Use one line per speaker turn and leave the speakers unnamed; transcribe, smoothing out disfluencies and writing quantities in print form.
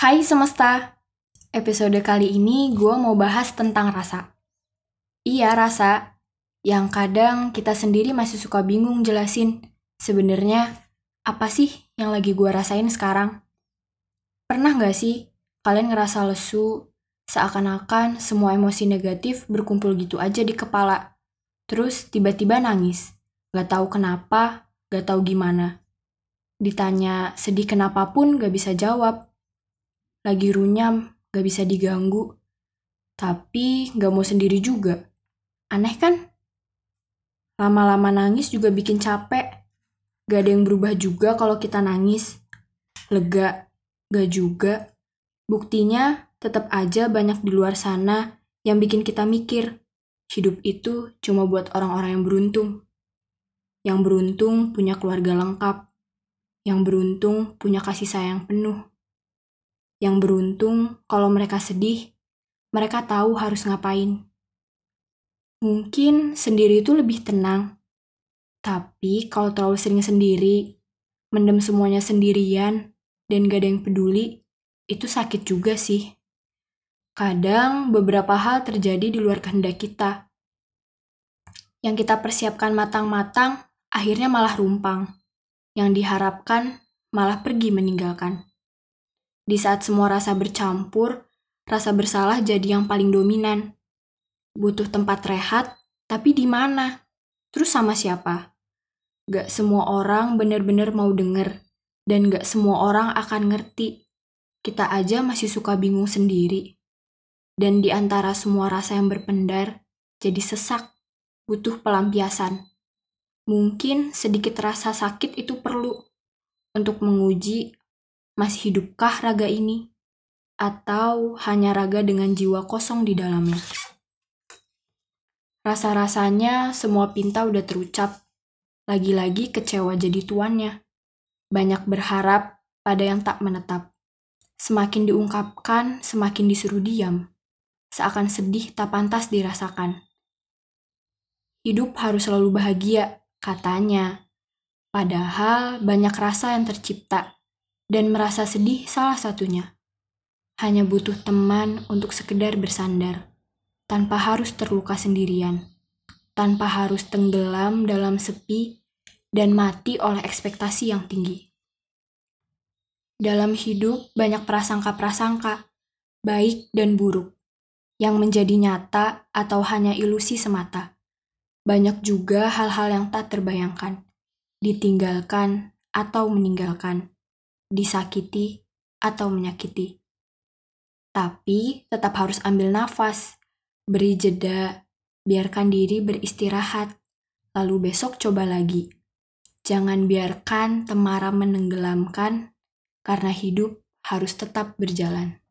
Hai semesta, episode kali ini gue mau bahas tentang rasa. Iya rasa, yang kadang kita sendiri masih suka bingung jelasin. Sebenarnya apa sih yang lagi gue rasain sekarang? Pernah gak sih kalian ngerasa lesu, seakan-akan semua emosi negatif berkumpul gitu aja di kepala. Terus tiba-tiba nangis, gak tahu kenapa, gak tahu gimana. Ditanya sedih kenapa pun gak bisa jawab. Lagi runyam, gak bisa diganggu. Tapi gak mau sendiri juga. Aneh kan? Lama-lama nangis juga bikin capek. Gak ada yang berubah juga kalau kita nangis. Lega, gak juga. Buktinya tetap aja banyak di luar sana yang bikin kita mikir. Hidup itu cuma buat orang-orang yang beruntung. Yang beruntung punya keluarga lengkap. Yang beruntung punya kasih sayang penuh. Yang beruntung kalau mereka sedih, mereka tahu harus ngapain. Mungkin sendiri itu lebih tenang. Tapi kalau terlalu sering sendiri, mendem semuanya sendirian, dan gak ada yang peduli, itu sakit juga sih. Kadang beberapa hal terjadi di luar kehendak kita. Yang kita persiapkan matang-matang, akhirnya malah rumpang. Yang diharapkan malah pergi meninggalkan. Di saat semua rasa bercampur, rasa bersalah jadi yang paling dominan. Butuh tempat rehat, tapi di mana? Terus sama siapa? Gak semua orang benar-benar mau denger, dan gak semua orang akan ngerti. Kita aja masih suka bingung sendiri. Dan di antara semua rasa yang berpendar, jadi sesak, butuh pelampiasan. Mungkin sedikit rasa sakit itu perlu untuk menguji masih hidupkah raga ini, atau hanya raga dengan jiwa kosong di dalamnya. Rasa-rasanya semua pinta udah terucap, lagi-lagi kecewa jadi tuannya. Banyak berharap pada yang tak menetap. Semakin diungkapkan, semakin disuruh diam. Seakan sedih tak pantas dirasakan. Hidup harus selalu bahagia, katanya. Padahal banyak rasa yang tercipta, dan merasa sedih salah satunya. Hanya butuh teman untuk sekedar bersandar, tanpa harus terluka sendirian, tanpa harus tenggelam dalam sepi dan mati oleh ekspektasi yang tinggi. Dalam hidup banyak prasangka-prasangka, baik dan buruk, yang menjadi nyata atau hanya ilusi semata. Banyak juga hal-hal yang tak terbayangkan, ditinggalkan atau meninggalkan, disakiti atau menyakiti. Tapi tetap harus ambil nafas, beri jeda, biarkan diri beristirahat, lalu besok coba lagi. Jangan biarkan temaram menenggelamkan, karena hidup harus tetap berjalan.